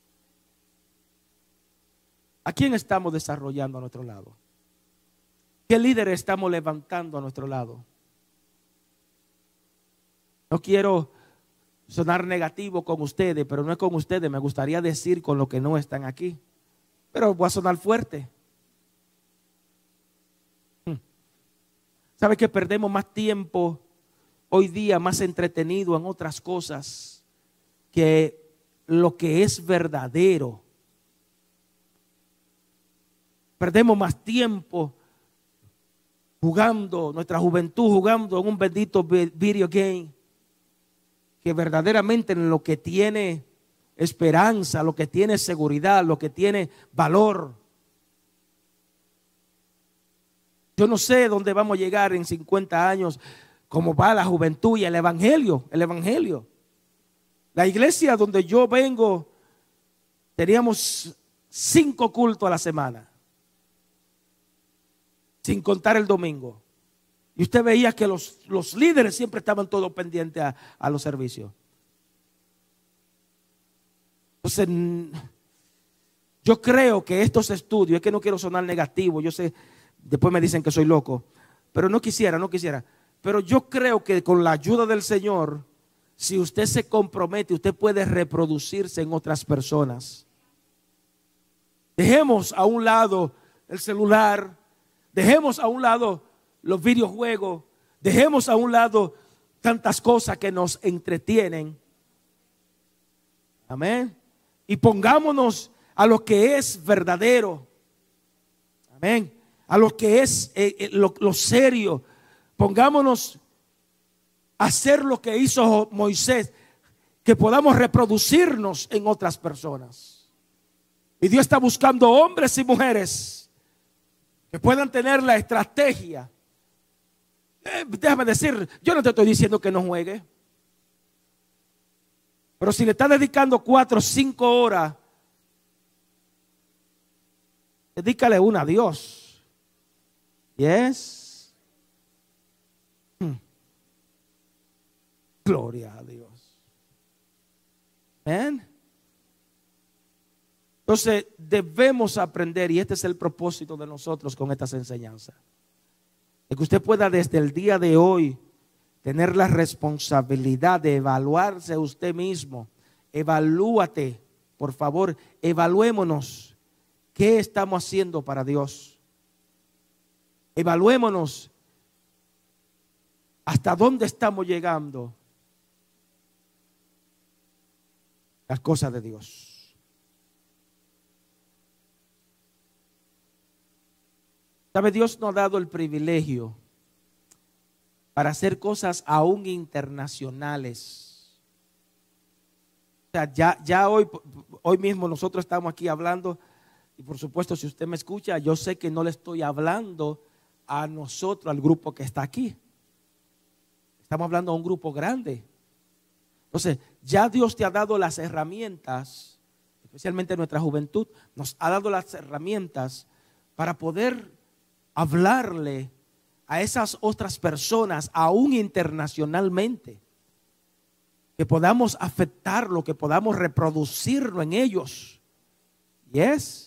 [SPEAKER 2] ¿A quién estamos desarrollando a nuestro lado? ¿Qué líderes estamos levantando a nuestro lado? No quiero sonar negativo con ustedes, pero no es con ustedes. Me gustaría decir con los que no están aquí. Pero voy a sonar fuerte. ¿Sabe que perdemos más tiempo hoy día, más entretenido en otras cosas que lo que es verdadero? Perdemos más tiempo jugando, nuestra juventud jugando en un bendito video game, que verdaderamente en lo que tiene esperanza, lo que tiene seguridad, lo que tiene valor. Yo no sé dónde vamos a llegar en 50 años, cómo va la juventud y el evangelio. La iglesia donde yo vengo, teníamos 5 cultos a la semana, sin contar el domingo. Y usted veía que los líderes siempre estaban todos pendientes a los servicios. Entonces, yo creo que estos estudios, es que no quiero sonar negativo, yo sé, después me dicen que soy loco, pero no quisiera. Pero yo creo que con la ayuda del Señor, si usted se compromete, usted puede reproducirse en otras personas. Dejemos a un lado el celular, dejemos a un lado los videojuegos, dejemos a un lado tantas cosas que nos entretienen. Amén. Y pongámonos a lo que es verdadero. Amén. A lo que es lo serio. Pongámonos a hacer lo que hizo Moisés, que podamos reproducirnos en otras personas. Y Dios está buscando hombres y mujeres que puedan tener la estrategia. Déjame decir, yo no te estoy diciendo que no juegue, pero si le estás dedicando 4 o 5 horas, dedícale una a Dios. Yes. Gloria a Dios. Amén. Entonces debemos aprender, y este es el propósito de nosotros con estas enseñanzas, de que usted pueda desde el día de hoy tener la responsabilidad de evaluarse usted mismo. Evalúate, por favor, evaluémonos. ¿Qué estamos haciendo para Dios? Evaluémonos hasta dónde estamos llegando las cosas de Dios. ¿Sabe? Dios nos ha dado el privilegio para hacer cosas aún internacionales. O sea, ya hoy mismo nosotros estamos aquí hablando, y por supuesto si usted me escucha, yo sé que no le estoy hablando a nosotros, al grupo que está aquí. Estamos hablando a un grupo grande. Entonces, ya Dios te ha dado las herramientas, especialmente nuestra juventud, nos ha dado las herramientas para poder hablarle a esas otras personas, aún internacionalmente, que podamos afectarlo, que podamos reproducirlo en ellos. Yes.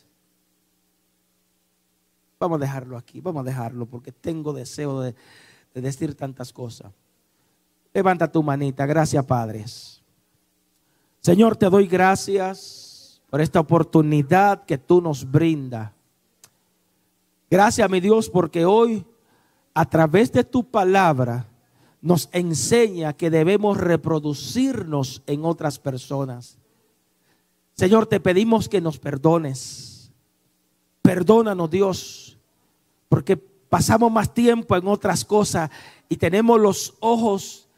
[SPEAKER 2] Vamos a dejarlo aquí, vamos a dejarlo porque tengo deseo de decir tantas cosas. Levanta tu manita. Gracias, padres. Señor, te doy gracias por esta oportunidad que tú nos brindas. Gracias, mi Dios, porque hoy, a través de tu palabra, nos enseña que debemos reproducirnos en otras personas. Señor, te pedimos que nos perdones. Perdónanos, Dios, porque pasamos más tiempo en otras cosas y tenemos los ojos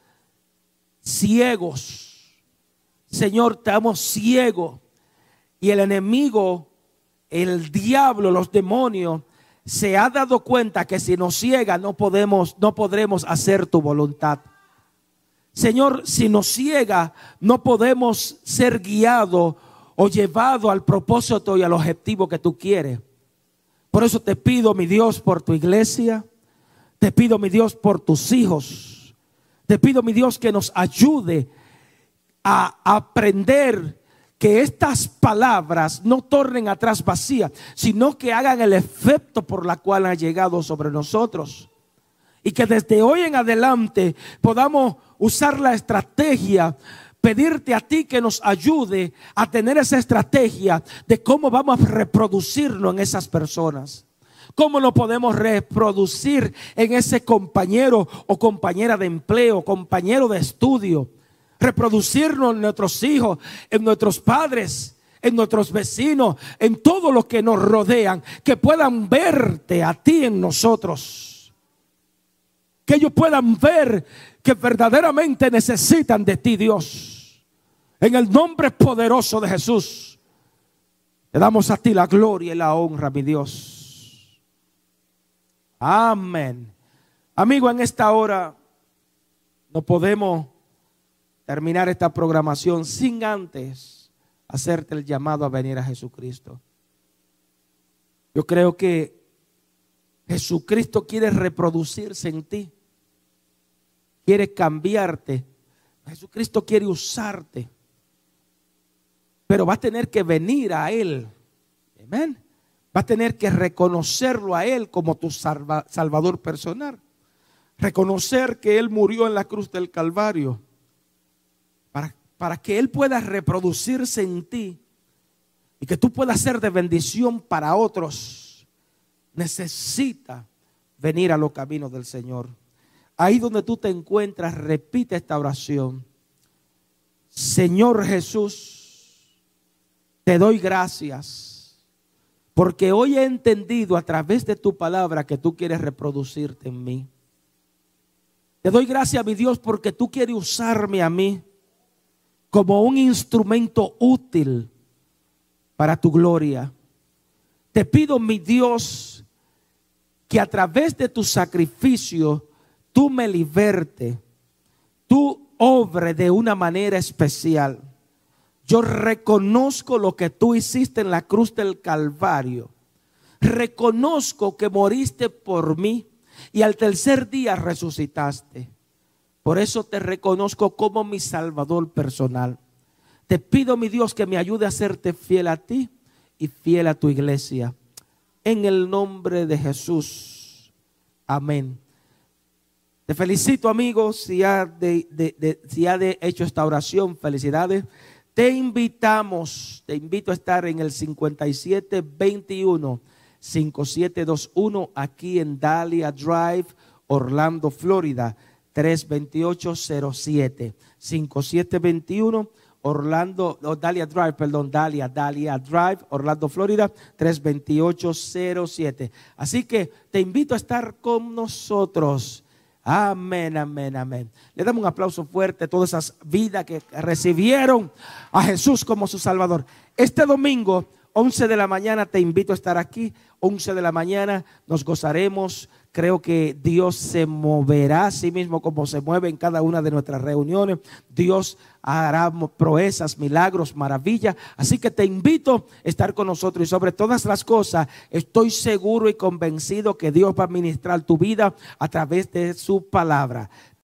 [SPEAKER 2] ciegos. Señor, estamos ciegos y el enemigo, el diablo, los demonios, se ha dado cuenta que si nos ciega no podremos hacer tu voluntad. Señor, si nos ciega no podemos ser guiados o llevados al propósito y al objetivo que tú quieres. Por eso te pido, mi Dios, por tu iglesia. Te pido, mi Dios, por tus hijos. Te pido, mi Dios, que nos ayude a aprender que estas palabras no tornen atrás vacías, sino que hagan el efecto por la cual han llegado sobre nosotros. Y que desde hoy en adelante podamos usar la estrategia, pedirte a ti que nos ayude a tener esa estrategia de cómo vamos a reproducirnos en esas personas. ¿Cómo nos podemos reproducir en ese compañero o compañera de empleo, compañero de estudio? Reproducirnos en nuestros hijos, en nuestros padres, en nuestros vecinos, en todo lo que nos rodean, que puedan verte a ti en nosotros, que ellos puedan ver que verdaderamente necesitan de ti, Dios. En el nombre poderoso de Jesús, te damos a ti la gloria y la honra, mi Dios. Amén. Amigo, en esta hora no podemos terminar esta programación sin antes hacerte el llamado a venir a Jesucristo. Yo creo que Jesucristo quiere reproducirse en ti, quiere cambiarte. Jesucristo quiere usarte, pero va a tener que venir a Él. Amén. Va a tener que reconocerlo a Él como tu Salvador personal. Reconocer que Él murió en la cruz del Calvario para que Él pueda reproducirse en ti y que tú puedas ser de bendición para otros. Necesita venir a los caminos del Señor. Ahí donde tú te encuentras, repite esta oración. Señor Jesús, te doy gracias porque hoy he entendido a través de tu palabra que tú quieres reproducirte en mí. Te doy gracias, mi Dios, porque tú quieres usarme a mí como un instrumento útil para tu gloria. Te pido, mi Dios, que a través de tu sacrificio tú me libertes, tú obres de una manera especial. Yo reconozco lo que tú hiciste en la cruz del Calvario. Reconozco que moriste por mí y al tercer día resucitaste. Por eso te reconozco como mi Salvador personal. Te pido, mi Dios, que me ayude a serte fiel a ti y fiel a tu iglesia. En el nombre de Jesús. Amén. Te felicito, amigo, si ha hecho esta oración. Felicidades. Te invito a estar en el 5721-5721 aquí en Dahlia Drive, Orlando, Florida. 32807 5721 Dahlia Drive, Orlando, Florida, 32807. Así que te invito a estar con nosotros. Amén, amén, amén. Le damos un aplauso fuerte a todas esas vidas que recibieron a Jesús como su Salvador. Este domingo, 11 de la mañana, te invito a estar aquí. 11 de la mañana nos gozaremos. Creo que Dios se moverá a sí mismo como se mueve en cada una de nuestras reuniones. Dios hará proezas, milagros, maravillas. Así que te invito a estar con nosotros. Y sobre todas las cosas, estoy seguro y convencido que Dios va a ministrar tu vida a través de su palabra.